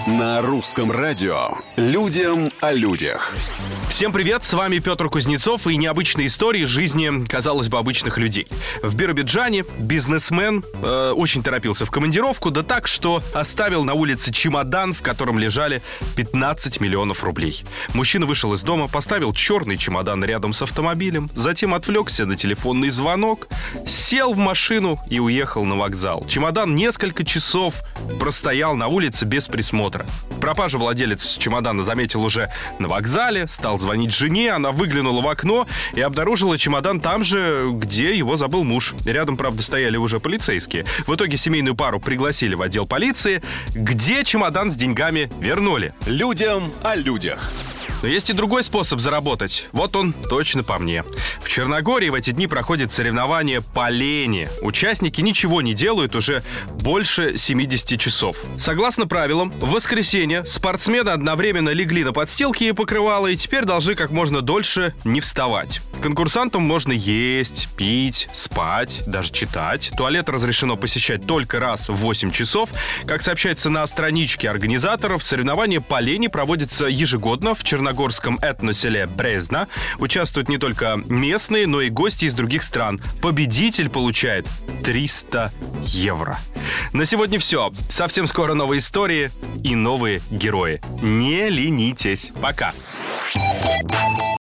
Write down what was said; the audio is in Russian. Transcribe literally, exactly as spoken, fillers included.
На русском радио «Людям о людях». Всем привет, с вами Петр Кузнецов и необычные истории жизни, казалось бы, обычных людей. В Биробиджане бизнесмен э, очень торопился в командировку, да так, что оставил на улице чемодан, в котором лежали пятнадцать миллионов рублей. Мужчина вышел из дома, поставил черный чемодан рядом с автомобилем, затем отвлекся на телефонный звонок, сел в машину и уехал на вокзал. Чемодан несколько часов простоял на улице без присмотра. Пропажу владелец чемодана заметил уже на вокзале, стал звонить жене, она выглянула в окно и обнаружила чемодан там же, где его забыл муж. Рядом, правда, стояли уже полицейские. В итоге семейную пару пригласили в отдел полиции, где чемодан с деньгами вернули. Людям о людях. Но есть и другой способ заработать. Вот он точно по мне. В Черногории в эти дни проходит соревнование по лени. Участники ничего не делают уже больше семьдесят часов. Согласно правилам, в воскресенье спортсмены одновременно легли на подстилки и покрывала и теперь должны как можно дольше не вставать. Конкурсантам можно есть, пить, спать, даже читать. Туалет разрешено посещать только раз в восемь часов. Как сообщается на страничке организаторов, соревнования по лени проводятся ежегодно в черногорском этноселе Брезна. Участвуют не только местные, но и гости из других стран. Победитель получает триста евро. На сегодня все. Совсем скоро новые истории и новые герои. Не ленитесь. Пока.